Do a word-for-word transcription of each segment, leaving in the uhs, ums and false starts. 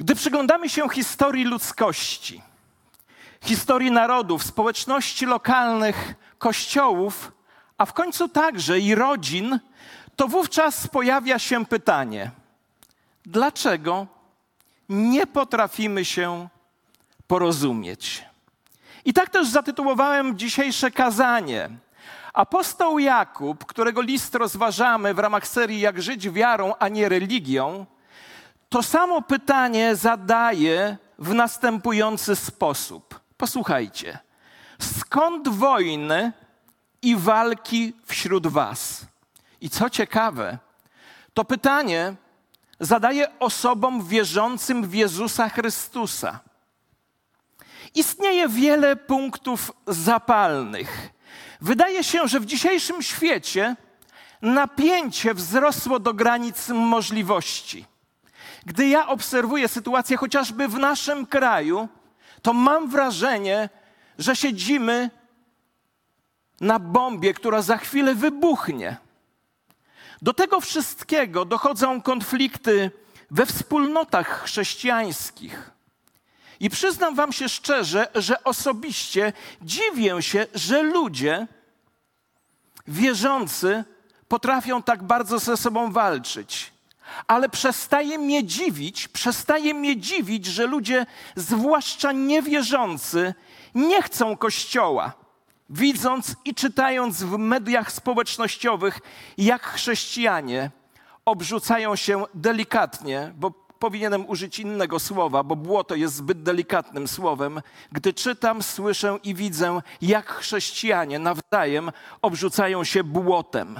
Gdy przyglądamy się historii ludzkości, historii narodów, społeczności lokalnych, kościołów, a w końcu także i rodzin, to wówczas pojawia się pytanie, dlaczego nie potrafimy się porozumieć? I tak też zatytułowałem dzisiejsze kazanie. Apostoł Jakub, którego list rozważamy w ramach serii Jak żyć wiarą, a nie religią, to samo pytanie zadaje w następujący sposób. Posłuchajcie. Skąd wojny i walki wśród was? I co ciekawe, to pytanie zadaje osobom wierzącym w Jezusa Chrystusa. Istnieje wiele punktów zapalnych. Wydaje się, że w dzisiejszym świecie napięcie wzrosło do granic możliwości. Gdy ja obserwuję sytuację chociażby w naszym kraju, to mam wrażenie, że siedzimy na bombie, która za chwilę wybuchnie. Do tego wszystkiego dochodzą konflikty we wspólnotach chrześcijańskich. I przyznam wam się szczerze, że osobiście dziwię się, że ludzie wierzący potrafią tak bardzo ze sobą walczyć. Ale przestaje mnie dziwić, przestaje mnie dziwić, że ludzie, zwłaszcza niewierzący, nie chcą Kościoła, widząc i czytając w mediach społecznościowych, jak chrześcijanie obrzucają się delikatnie, bo powinienem użyć innego słowa, bo błoto jest zbyt delikatnym słowem. Gdy czytam, słyszę i widzę, jak chrześcijanie nawzajem obrzucają się błotem.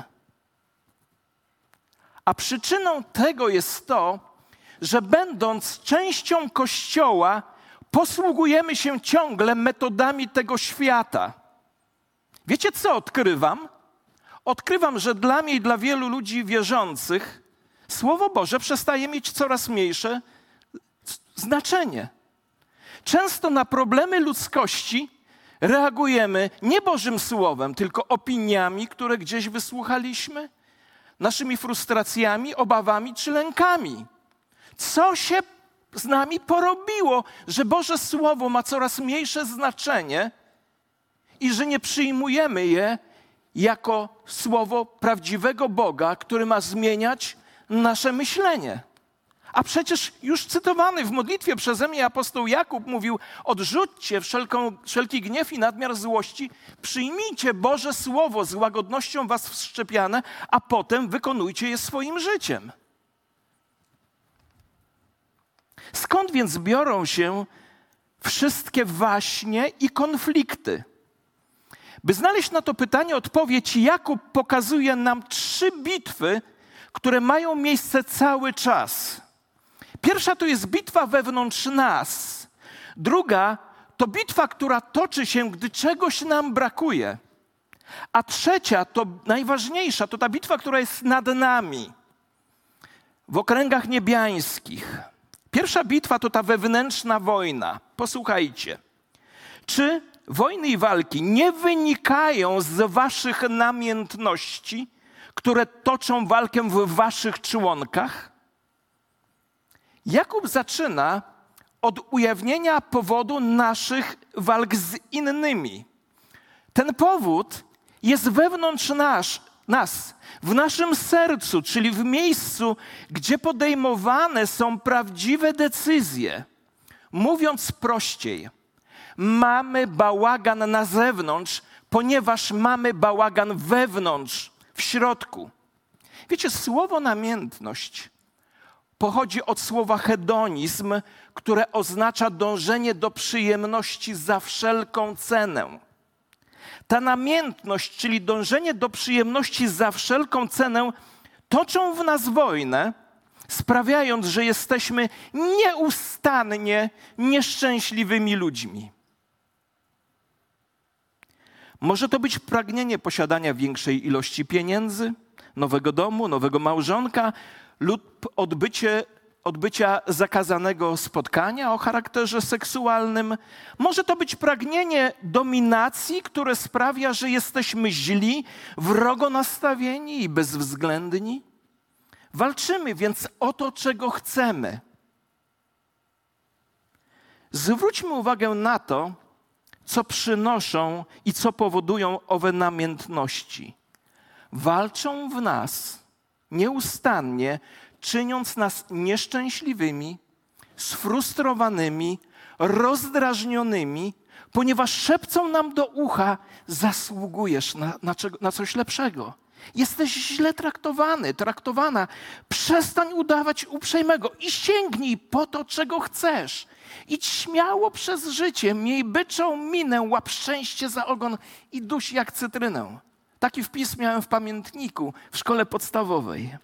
A przyczyną tego jest to, że będąc częścią Kościoła, posługujemy się ciągle metodami tego świata. Wiecie, co odkrywam? Odkrywam, że dla mnie i dla wielu ludzi wierzących Słowo Boże przestaje mieć coraz mniejsze znaczenie. Często na problemy ludzkości reagujemy nie Bożym Słowem, tylko opiniami, które gdzieś wysłuchaliśmy, naszymi frustracjami, obawami czy lękami. Co się z nami porobiło, że Boże Słowo ma coraz mniejsze znaczenie i że nie przyjmujemy je jako słowo prawdziwego Boga, który ma zmieniać nasze myślenie. A przecież już cytowany w modlitwie przeze mnie apostoł Jakub mówił: odrzućcie wszelką, wszelki gniew i nadmiar złości, przyjmijcie Boże Słowo z łagodnością was wszczepiane, a potem wykonujcie je swoim życiem. Skąd więc biorą się wszystkie waśnie i konflikty? By znaleźć na to pytanie odpowiedź, Jakub pokazuje nam trzy bitwy, które mają miejsce cały czas. Pierwsza to jest bitwa wewnątrz nas. Druga to bitwa, która toczy się, gdy czegoś nam brakuje. A trzecia, to najważniejsza, to ta bitwa, która jest nad nami, w okręgach niebiańskich. Pierwsza bitwa to ta wewnętrzna wojna. Posłuchajcie. Czy wojny i walki nie wynikają z waszych namiętności, które toczą walkę w waszych członkach? Jakub zaczyna od ujawnienia powodu naszych walk z innymi. Ten powód jest wewnątrz nas, nas, w naszym sercu, czyli w miejscu, gdzie podejmowane są prawdziwe decyzje. Mówiąc prościej, mamy bałagan na zewnątrz, ponieważ mamy bałagan wewnątrz, w środku. Wiecie, słowo namiętność pochodzi od słowa hedonizm, które oznacza dążenie do przyjemności za wszelką cenę. Ta namiętność, czyli dążenie do przyjemności za wszelką cenę, toczą w nas wojnę, sprawiając, że jesteśmy nieustannie nieszczęśliwymi ludźmi. Może to być pragnienie posiadania większej ilości pieniędzy, nowego domu, nowego małżonka lub odbycie, odbycia zakazanego spotkania o charakterze seksualnym. Może to być pragnienie dominacji, które sprawia, że jesteśmy źli, wrogo nastawieni i bezwzględni. Walczymy więc o to, czego chcemy. Zwróćmy uwagę na to, co przynoszą i co powodują owe namiętności. Walczą w nas nieustannie, czyniąc nas nieszczęśliwymi, sfrustrowanymi, rozdrażnionymi, ponieważ szepcą nam do ucha: zasługujesz na, na, czego, na coś lepszego. Jesteś źle traktowany, traktowana. Przestań udawać uprzejmego i sięgnij po to, czego chcesz. Idź śmiało przez życie, miej byczą minę, łap szczęście za ogon i duś jak cytrynę. Taki wpis miałem w pamiętniku w szkole podstawowej.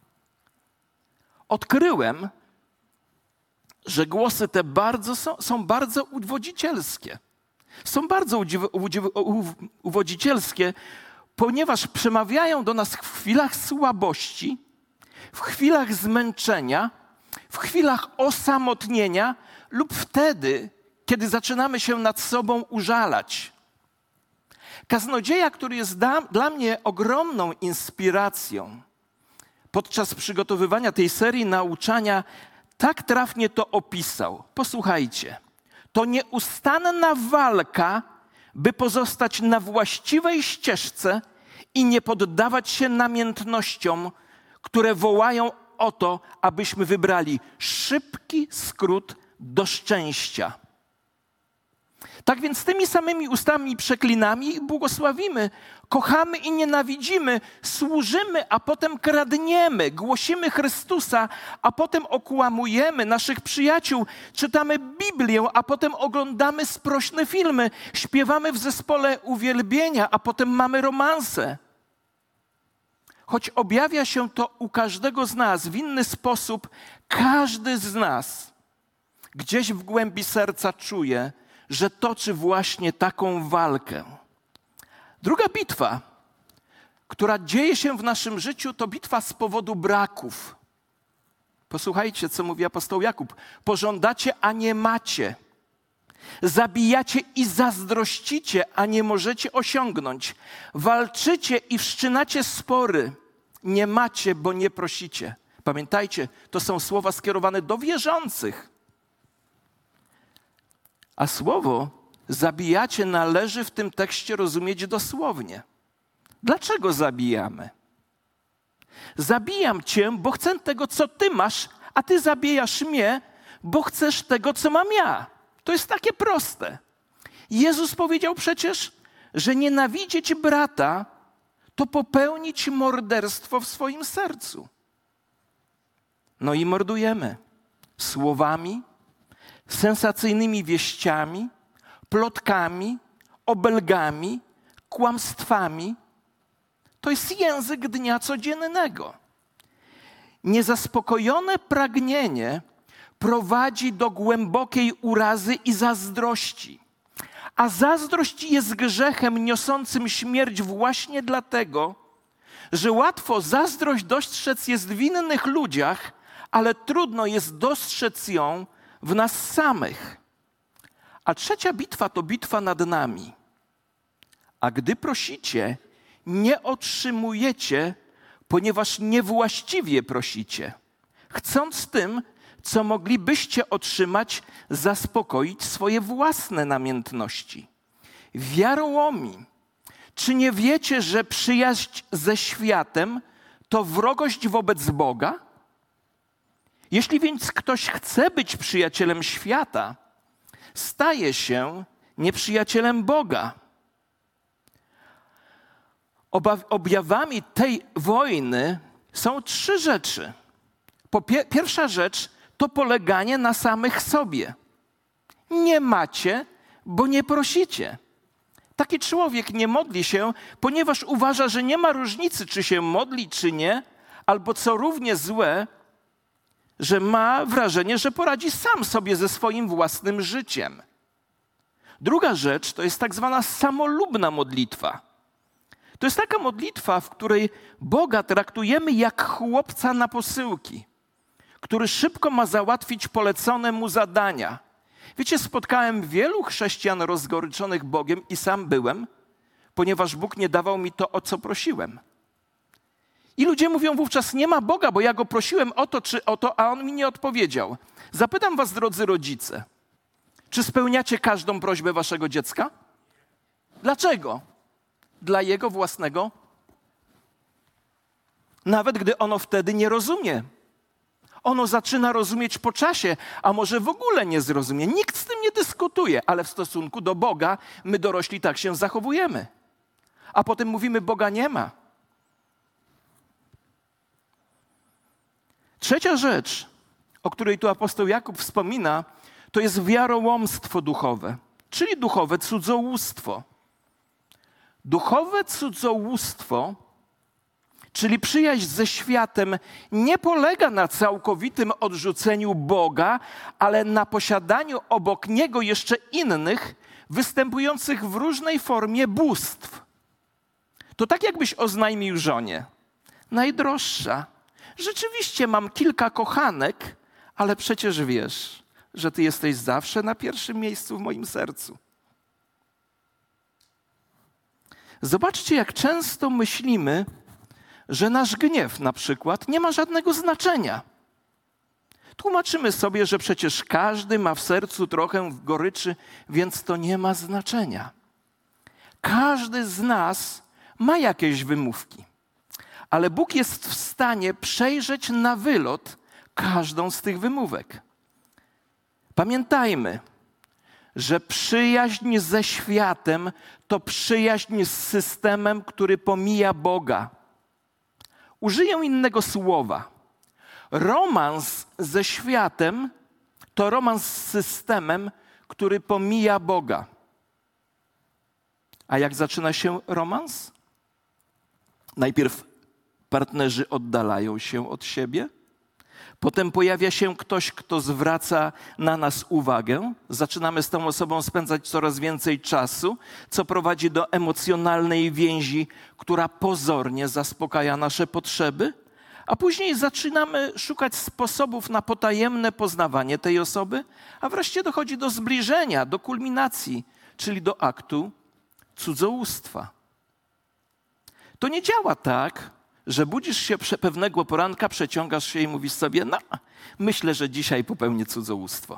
Odkryłem, że głosy te bardzo są, są bardzo uwodzicielskie. Są bardzo udziw, udziw, uwodzicielskie, ponieważ przemawiają do nas w chwilach słabości, w chwilach zmęczenia, w chwilach osamotnienia lub wtedy, kiedy zaczynamy się nad sobą użalać. Kaznodzieja, który jest da, dla mnie ogromną inspiracją podczas przygotowywania tej serii nauczania, tak trafnie to opisał. Posłuchajcie. To nieustanna walka, by pozostać na właściwej ścieżce i nie poddawać się namiętnościom, które wołają o to, abyśmy wybrali szybki skrót do szczęścia. Tak więc tymi samymi ustami przeklinamy i błogosławimy, kochamy i nienawidzimy, służymy, a potem kradniemy, głosimy Chrystusa, a potem okłamujemy naszych przyjaciół, czytamy Biblię, a potem oglądamy sprośne filmy, śpiewamy w zespole uwielbienia, a potem mamy romanse. Choć objawia się to u każdego z nas w inny sposób, każdy z nas gdzieś w głębi serca czuje, że toczy właśnie taką walkę. Druga bitwa, która dzieje się w naszym życiu, to bitwa z powodu braków. Posłuchajcie, co mówi apostoł Jakub. Pożądacie, a nie macie. Zabijacie i zazdrościcie, a nie możecie osiągnąć. Walczycie i wszczynacie spory. Nie macie, bo nie prosicie. Pamiętajcie, to są słowa skierowane do wierzących. A słowo zabijacie należy w tym tekście rozumieć dosłownie. Dlaczego zabijamy? Zabijam cię, bo chcę tego, co ty masz, a ty zabijasz mnie, bo chcesz tego, co mam ja. To jest takie proste. Jezus powiedział przecież, że nienawidzieć brata to popełnić morderstwo w swoim sercu. No i mordujemy słowami, sensacyjnymi wieściami, plotkami, obelgami, kłamstwami. To jest język dnia codziennego. Niezaspokojone pragnienie prowadzi do głębokiej urazy i zazdrości. A zazdrość jest grzechem niosącym śmierć właśnie dlatego, że łatwo zazdrość dostrzec jest w innych ludziach, ale trudno jest dostrzec ją w nas samych. A trzecia bitwa to bitwa nad nami. A gdy prosicie, nie otrzymujecie, ponieważ niewłaściwie prosicie, chcąc tym, co moglibyście otrzymać, zaspokoić swoje własne namiętności. Wiarołomi, czy nie wiecie, że przyjaźń ze światem to wrogość wobec Boga? Jeśli więc ktoś chce być przyjacielem świata, staje się nieprzyjacielem Boga. Oba- objawami tej wojny są trzy rzeczy. Po pie- pierwsza rzecz to poleganie na samych sobie. Nie macie, bo nie prosicie. Taki człowiek nie modli się, ponieważ uważa, że nie ma różnicy, czy się modli, czy nie, albo co równie złe, że ma wrażenie, że poradzi sam sobie ze swoim własnym życiem. Druga rzecz to jest tak zwana samolubna modlitwa. To jest taka modlitwa, w której Boga traktujemy jak chłopca na posyłki, który szybko ma załatwić polecone mu zadania. Wiecie, spotkałem wielu chrześcijan rozgoryczonych Bogiem i sam byłem, ponieważ Bóg nie dawał mi to, o co prosiłem. I ludzie mówią wówczas, nie ma Boga, bo ja Go prosiłem o to czy o to, a On mi nie odpowiedział. Zapytam was, drodzy rodzice, Czy spełniacie każdą prośbę waszego dziecka? Dlaczego? Dla jego własnego, nawet gdy ono wtedy nie rozumie. Ono zaczyna rozumieć po czasie, a może w ogóle nie zrozumie. Nikt z tym nie dyskutuje, ale w stosunku do Boga my dorośli tak się zachowujemy. A potem mówimy, Boga nie ma. Trzecia rzecz, o której tu apostoł Jakub wspomina, to jest wiarołomstwo duchowe, czyli duchowe cudzołóstwo. Duchowe cudzołóstwo, czyli przyjaźń ze światem, nie polega na całkowitym odrzuceniu Boga, ale na posiadaniu obok Niego jeszcze innych, występujących w różnej formie bóstw. To tak jakbyś oznajmił żonie: najdroższa, rzeczywiście mam kilka kochanek, ale przecież wiesz, że ty jesteś zawsze na pierwszym miejscu w moim sercu. Zobaczcie, jak często myślimy, że nasz gniew na przykład nie ma żadnego znaczenia. Tłumaczymy sobie, że przecież każdy ma w sercu trochę goryczy, więc to nie ma znaczenia. Każdy z nas ma jakieś wymówki, ale Bóg jest w stanie przejrzeć na wylot każdą z tych wymówek. Pamiętajmy, że przyjaźń ze światem to przyjaźń z systemem, który pomija Boga. Użyję innego słowa. Romans ze światem to romans z systemem, który pomija Boga. A jak zaczyna się romans? Najpierw partnerzy oddalają się od siebie, potem pojawia się ktoś, kto zwraca na nas uwagę. Zaczynamy z tą osobą spędzać coraz więcej czasu, co prowadzi do emocjonalnej więzi, która pozornie zaspokaja nasze potrzeby, a później zaczynamy szukać sposobów na potajemne poznawanie tej osoby, a wreszcie dochodzi do zbliżenia, do kulminacji, czyli do aktu cudzołóstwa. To nie działa tak, że budzisz się pewnego poranka, przeciągasz się i mówisz sobie: no, myślę, że dzisiaj popełnię cudzołóstwo.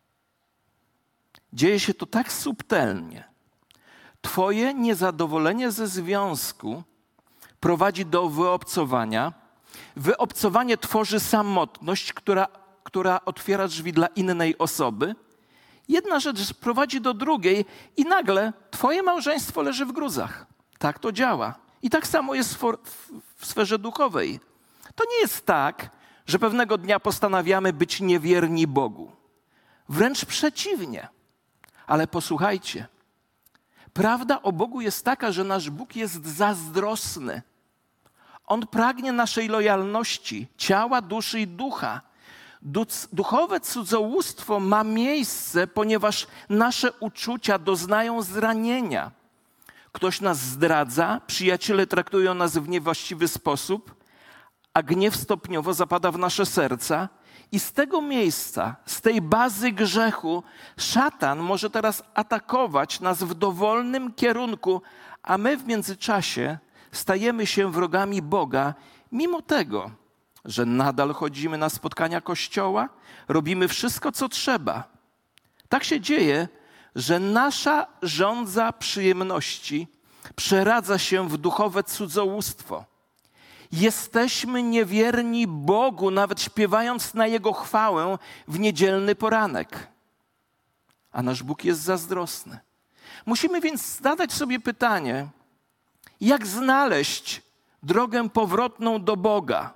Dzieje się to tak subtelnie. Twoje niezadowolenie ze związku prowadzi do wyobcowania. Wyobcowanie tworzy samotność, która, która otwiera drzwi dla innej osoby. Jedna rzecz prowadzi do drugiej i nagle twoje małżeństwo leży w gruzach. Tak to działa. I tak samo jest w, w sferze duchowej. To nie jest tak, że pewnego dnia postanawiamy być niewierni Bogu. Wręcz przeciwnie. Ale posłuchajcie. Prawda o Bogu jest taka, że nasz Bóg jest zazdrosny. On pragnie naszej lojalności, ciała, duszy i ducha. Duchowe cudzołóstwo ma miejsce, ponieważ nasze uczucia doznają zranienia. Ktoś nas zdradza, przyjaciele traktują nas w niewłaściwy sposób, a gniew stopniowo zapada w nasze serca i z tego miejsca, z tej bazy grzechu, szatan może teraz atakować nas w dowolnym kierunku, a my w międzyczasie stajemy się wrogami Boga, mimo tego, że nadal chodzimy na spotkania Kościoła, robimy wszystko, co trzeba. Tak się dzieje, że nasza żądza przyjemności przeradza się w duchowe cudzołóstwo. Jesteśmy niewierni Bogu, nawet śpiewając na Jego chwałę w niedzielny poranek. A nasz Bóg jest zazdrosny. Musimy więc zadać sobie pytanie, jak znaleźć drogę powrotną do Boga?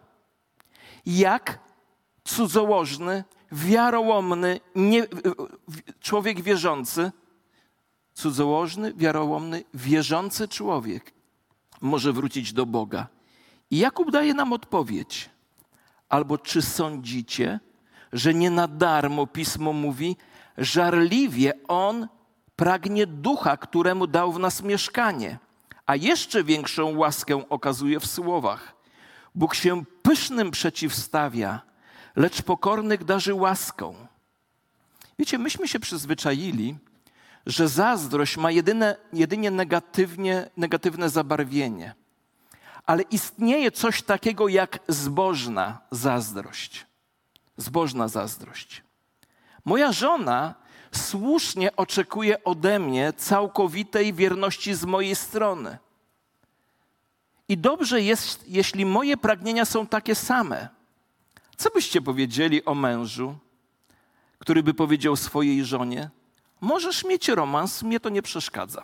Jak cudzołożny, wiarołomny, nie, człowiek wierzący, cudzołożny, wiarołomny, wierzący człowiek może wrócić do Boga? I Jakub daje nam odpowiedź. Albo czy sądzicie, że nie na darmo Pismo mówi, żarliwie On pragnie ducha, któremu dał w nas mieszkanie, a jeszcze większą łaskę okazuje w słowach. Bóg się pysznym przeciwstawia, lecz pokornych darzy łaską. Wiecie, myśmy się przyzwyczaili, że zazdrość ma jedyne, jedynie negatywnie, negatywne zabarwienie. Ale istnieje coś takiego jak zbożna zazdrość. Zbożna zazdrość. Moja żona słusznie oczekuje ode mnie całkowitej wierności z mojej strony. I dobrze jest, jeśli moje pragnienia są takie same. Co byście powiedzieli o mężu, który by powiedział swojej żonie: możesz mieć romans, mnie to nie przeszkadza.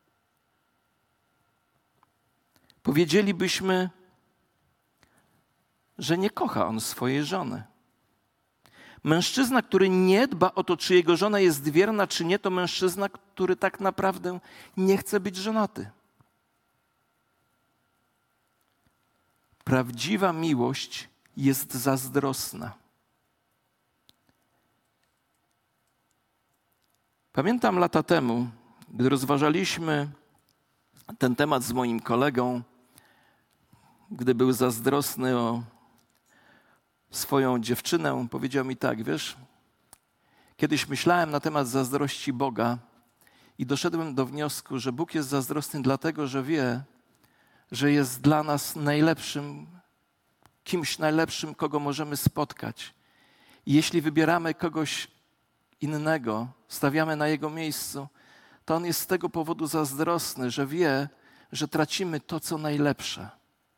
Powiedzielibyśmy, że nie kocha on swojej żony. Mężczyzna, który nie dba o to, czy jego żona jest wierna, czy nie, to mężczyzna, który tak naprawdę nie chce być żonaty. Prawdziwa miłość jest zazdrosna. Pamiętam lata temu, gdy rozważaliśmy ten temat z moim kolegą, gdy był zazdrosny o swoją dziewczynę, powiedział mi tak: wiesz, kiedyś myślałem na temat zazdrości Boga i doszedłem do wniosku, że Bóg jest zazdrosny dlatego, że wie, że jest dla nas najlepszym, kimś najlepszym, kogo możemy spotkać. I jeśli wybieramy kogoś innego, stawiamy na jego miejscu, to on jest z tego powodu zazdrosny, że wie, że tracimy to, co najlepsze.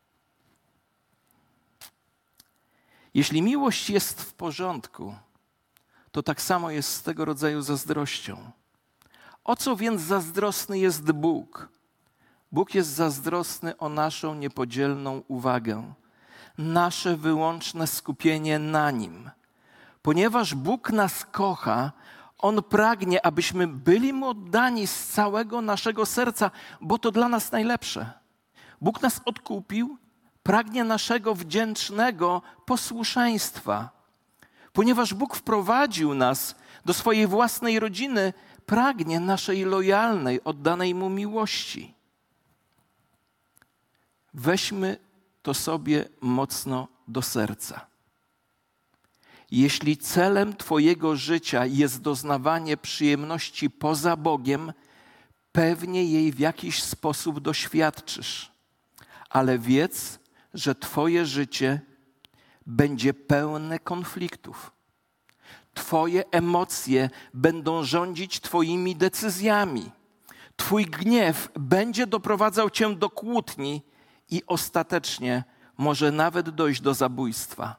Jeśli miłość jest w porządku, to tak samo jest z tego rodzaju zazdrością. O co więc zazdrosny jest Bóg? Bóg jest zazdrosny o naszą niepodzielną uwagę, nasze wyłączne skupienie na Nim. Ponieważ Bóg nas kocha, On pragnie, abyśmy byli Mu oddani z całego naszego serca, bo to dla nas najlepsze. Bóg nas odkupił, pragnie naszego wdzięcznego posłuszeństwa. Ponieważ Bóg wprowadził nas do swojej własnej rodziny, pragnie naszej lojalnej, oddanej Mu miłości. Weźmy to sobie mocno do serca. Jeśli celem Twojego życia jest doznawanie przyjemności poza Bogiem, pewnie jej w jakiś sposób doświadczysz. Ale wiedz, że Twoje życie będzie pełne konfliktów. Twoje emocje będą rządzić Twoimi decyzjami. Twój gniew będzie doprowadzał Cię do kłótni i ostatecznie może nawet dojść do zabójstwa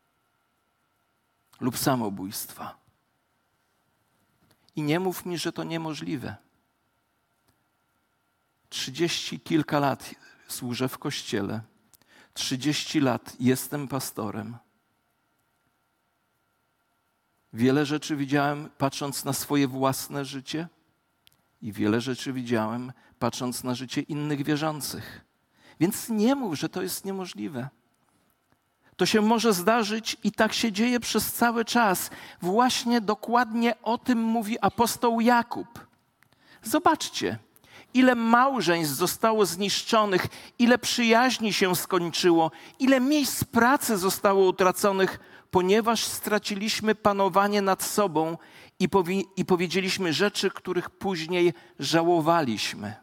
lub samobójstwa. I nie mów mi, że to niemożliwe. Trzydzieści kilka lat służę w kościele. Trzydzieści lat jestem pastorem. Wiele rzeczy widziałem, patrząc na swoje własne życie, i wiele rzeczy widziałem, patrząc na życie innych wierzących. Więc nie mów, że to jest niemożliwe. To się może zdarzyć i tak się dzieje przez cały czas. Właśnie dokładnie o tym mówi apostoł Jakub. Zobaczcie, ile małżeństw zostało zniszczonych, ile przyjaźni się skończyło, ile miejsc pracy zostało utraconych, ponieważ straciliśmy panowanie nad sobą i, powi- i powiedzieliśmy rzeczy, których później żałowaliśmy.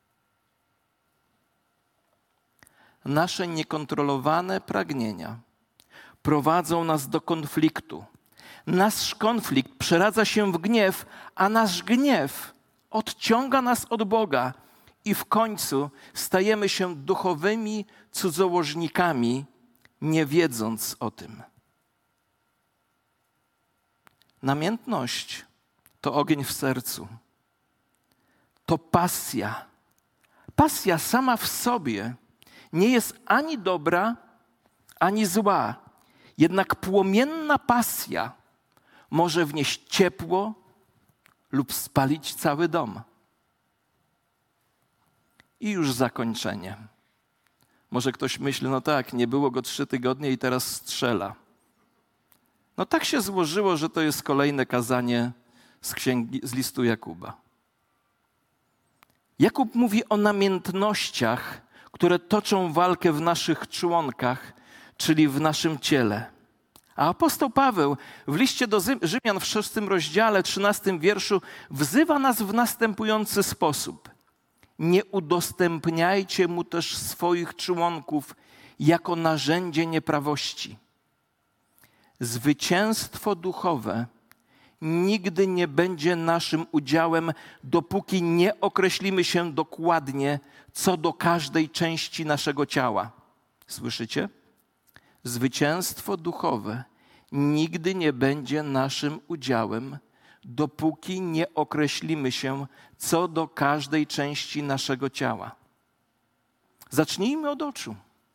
Nasze niekontrolowane pragnienia prowadzą nas do konfliktu. Nasz konflikt przeradza się w gniew, a nasz gniew odciąga nas od Boga i w końcu stajemy się duchowymi cudzołożnikami, nie wiedząc o tym. Namiętność to ogień w sercu. To pasja. Pasja sama w sobie nie jest ani dobra, ani zła. Jednak płomienna pasja może wnieść ciepło lub spalić cały dom. I już zakończenie. Może ktoś myśli, no tak, nie było go trzy tygodnie i teraz strzela. No tak się złożyło, że to jest kolejne kazanie z księgi, z listu Jakuba. Jakub mówi o namiętnościach, które toczą walkę w naszych członkach, czyli w naszym ciele. A apostoł Paweł w liście do Rzymian w szóstym rozdziale, trzynastym wierszu wzywa nas w następujący sposób. Nie udostępniajcie mu też swoich członków jako narzędzie nieprawości. Zwycięstwo duchowe nigdy nie będzie naszym udziałem, dopóki nie określimy się dokładnie co do każdej części naszego ciała. Słyszycie? Zwycięstwo duchowe nigdy nie będzie naszym udziałem, dopóki nie określimy się co do każdej części naszego ciała. Zacznijmy od oczu.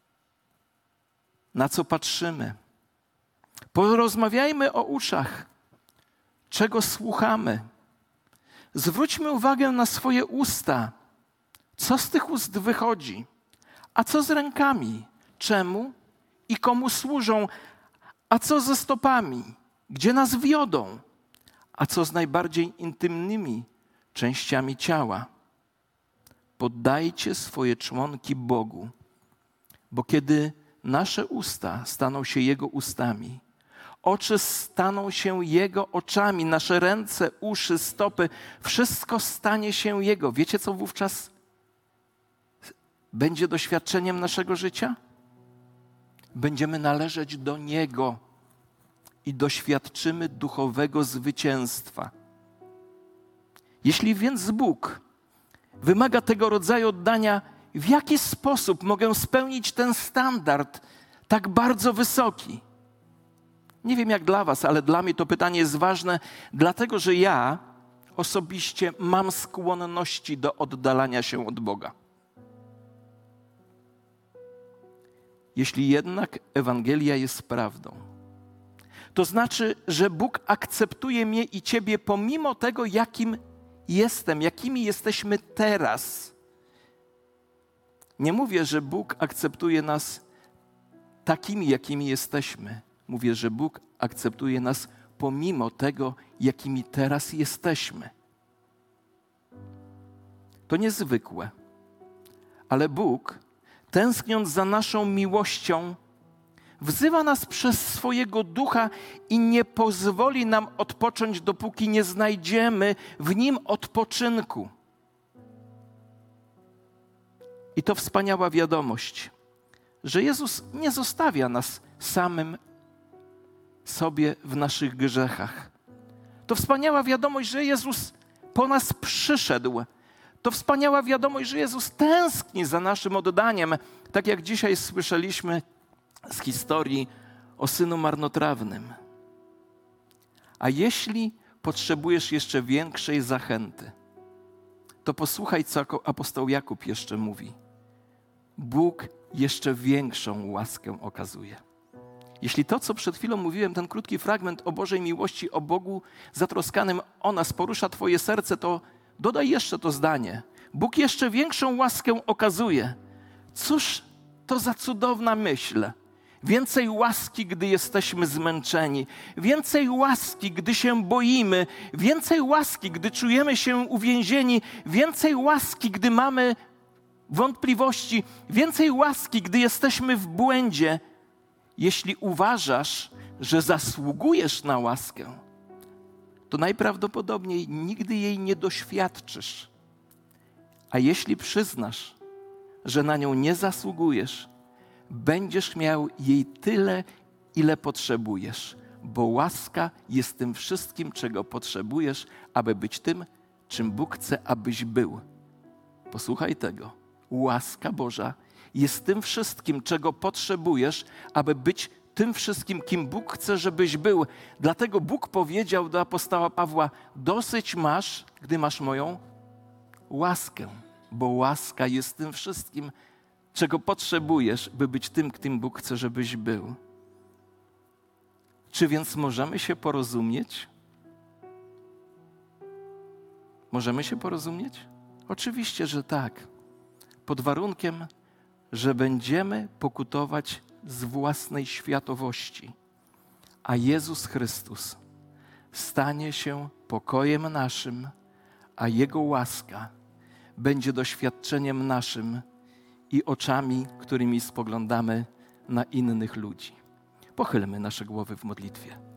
Na co patrzymy? Porozmawiajmy o uszach. Czego słuchamy? Zwróćmy uwagę na swoje usta. Co z tych ust wychodzi? A co z rękami? Czemu i komu służą? A co ze stopami? Gdzie nas wiodą? A co z najbardziej intymnymi częściami ciała? Poddajcie swoje członki Bogu, bo kiedy nasze usta staną się Jego ustami, oczy staną się Jego oczami, nasze ręce, uszy, stopy, wszystko stanie się Jego. Wiecie, co wówczas będzie doświadczeniem naszego życia? Będziemy należeć do Niego i doświadczymy duchowego zwycięstwa. Jeśli więc Bóg wymaga tego rodzaju oddania, w jaki sposób mogę spełnić ten standard tak bardzo wysoki? Nie wiem jak dla was, ale dla mnie to pytanie jest ważne, dlatego że ja osobiście mam skłonności do oddalania się od Boga. Jeśli jednak Ewangelia jest prawdą, to znaczy, że Bóg akceptuje mnie i ciebie pomimo tego, jakim jestem, jakimi jesteśmy teraz. Nie mówię, że Bóg akceptuje nas takimi, jakimi jesteśmy. Mówię, że Bóg akceptuje nas pomimo tego, jakimi teraz jesteśmy. To niezwykłe, ale Bóg, tęskniąc za naszą miłością, wzywa nas przez swojego Ducha i nie pozwoli nam odpocząć, dopóki nie znajdziemy w Nim odpoczynku. I to wspaniała wiadomość, że Jezus nie zostawia nas samym sobie w naszych grzechach. To wspaniała wiadomość, że Jezus po nas przyszedł. To wspaniała wiadomość, że Jezus tęskni za naszym oddaniem, tak jak dzisiaj słyszeliśmy z historii o synu marnotrawnym. A jeśli potrzebujesz jeszcze większej zachęty, to posłuchaj, co apostoł Jakub jeszcze mówi. Bóg jeszcze większą łaskę okazuje. Jeśli to, co przed chwilą mówiłem, ten krótki fragment o Bożej miłości, o Bogu zatroskanym o nas porusza twoje serce, to dodaj jeszcze to zdanie. Bóg jeszcze większą łaskę okazuje. Cóż to za cudowna myśl. Więcej łaski, gdy jesteśmy zmęczeni. Więcej łaski, gdy się boimy. Więcej łaski, gdy czujemy się uwięzieni. Więcej łaski, gdy mamy wątpliwości. Więcej łaski, gdy jesteśmy w błędzie. Jeśli uważasz, że zasługujesz na łaskę, to najprawdopodobniej nigdy jej nie doświadczysz. A jeśli przyznasz, że na nią nie zasługujesz, będziesz miał jej tyle, ile potrzebujesz, bo łaska jest tym wszystkim, czego potrzebujesz, aby być tym, czym Bóg chce, abyś był. Posłuchaj tego. Łaska Boża jest tym wszystkim, czego potrzebujesz, aby być tym wszystkim, kim Bóg chce, żebyś był. Dlatego Bóg powiedział do apostoła Pawła, dosyć masz, gdy masz moją łaskę, bo łaska jest tym wszystkim, czego potrzebujesz, by być tym, kim Bóg chce, żebyś był. Czy więc możemy się porozumieć? Możemy się porozumieć? Oczywiście, że tak. Pod warunkiem, że będziemy pokutować z własnej światowości, a Jezus Chrystus stanie się pokojem naszym, a Jego łaska będzie doświadczeniem naszym i oczami, którymi spoglądamy na innych ludzi. Pochylmy nasze głowy w modlitwie.